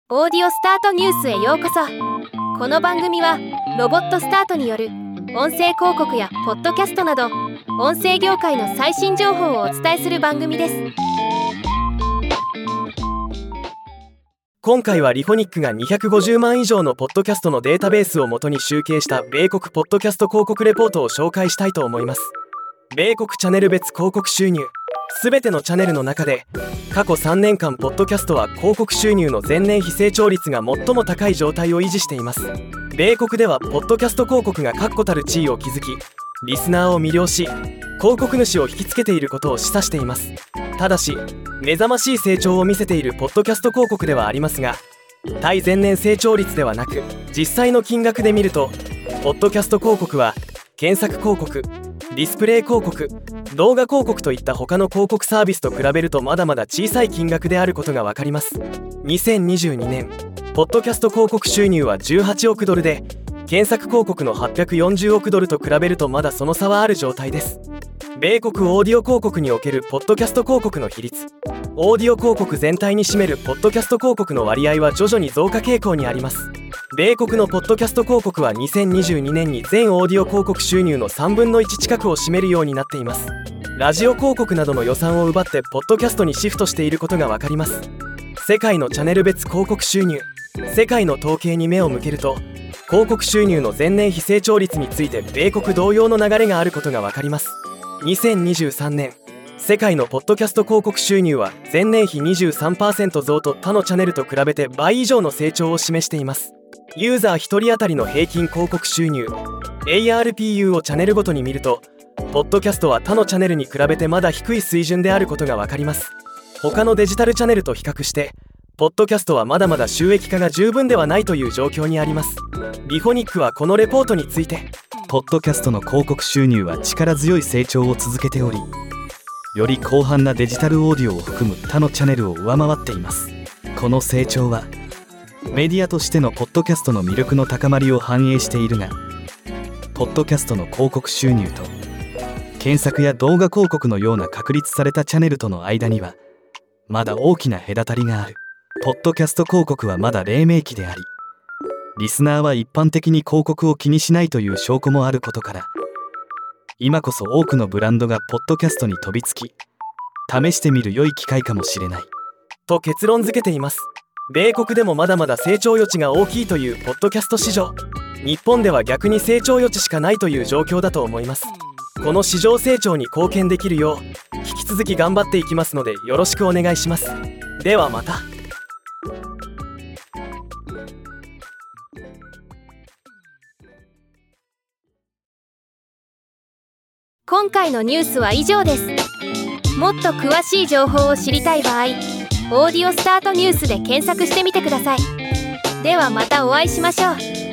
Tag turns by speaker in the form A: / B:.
A: オーディオスタートニュースへようこそ。この番組はロボットスタートによる音声広告やポッドキャストなど音声業界の最新情報をお伝えする番組です。
B: 今回はリフォニックが250万以上のポッドキャストのデータベースを元に集計した米国ポッドキャスト広告レポートを紹介したいと思います。米国チャンネル別広告収入、すべてのチャンネルの中で過去3年間ポッドキャストは広告収入の前年比成長率が最も高い状態を維持しています。米国ではポッドキャスト広告が確固たる地位を築き、リスナーを魅了し、広告主を引きつけていることを示唆しています。ただし目覚ましい成長を見せているポッドキャスト広告ではありますが、対前年成長率ではなく実際の金額で見ると、ポッドキャスト広告は検索広告、ディスプレイ広告、動画広告といった他の広告サービスと比べるとまだまだ小さい金額であることが分かります。2022年ポッドキャスト広告収入は18億ドルで、検索広告の840億ドルと比べるとまだその差はある状態です。米国オーディオ広告におけるポッドキャスト広告の比率、オーディオ広告全体に占めるポッドキャスト広告の割合は徐々に増加傾向にあります。米国のポッドキャスト広告は2022年に全オーディオ広告収入の3分の1近くを占めるようになっています。ラジオ広告などの予算を奪ってポッドキャストにシフトしていることが分かります。世界のチャンネル別広告収入、世界の統計に目を向けると、広告収入の前年比成長率について米国同様の流れがあることが分かります。2023年世界のポッドキャスト広告収入は前年比 23% 増と他のチャンネルと比べて倍以上の成長を示しています。ユーザー1人当たりの平均広告収入 ARPU をチャンネルごとに見ると、ポッドキャストは他のチャンネルに比べてまだ低い水準であることが分かります。他のデジタルチャンネルと比較してポッドキャストはまだまだ収益化が十分ではないという状況にあります。リフォニックはこのレポートについて、
C: ポッドキャストの広告収入は力強い成長を続けており、より広範なデジタルオーディオを含む他のチャンネルを上回っています。この成長はメディアとしてのポッドキャストの魅力の高まりを反映しているが、ポッドキャストの広告収入と検索や動画広告のような確立されたチャンネルとの間にはまだ大きな隔たりがある。ポッドキャスト広告はまだ黎明期であり、リスナーは一般的に広告を気にしないという証拠もあることから、今こそ多くのブランドがポッドキャストに飛びつき、試してみる良い機会かもしれない
B: と結論付けています。米国でもまだまだ成長余地が大きいというポッドキャスト市場、日本では逆に成長余地しかないという状況だと思います。この市場成長に貢献できるよう引き続き頑張っていきますのでよろしくお願いします。ではまた。
A: 今回のニュースは以上です。もっと詳しい情報を知りたい場合、オーディオスタートニュースで検索してみてください。ではまたお会いしましょう。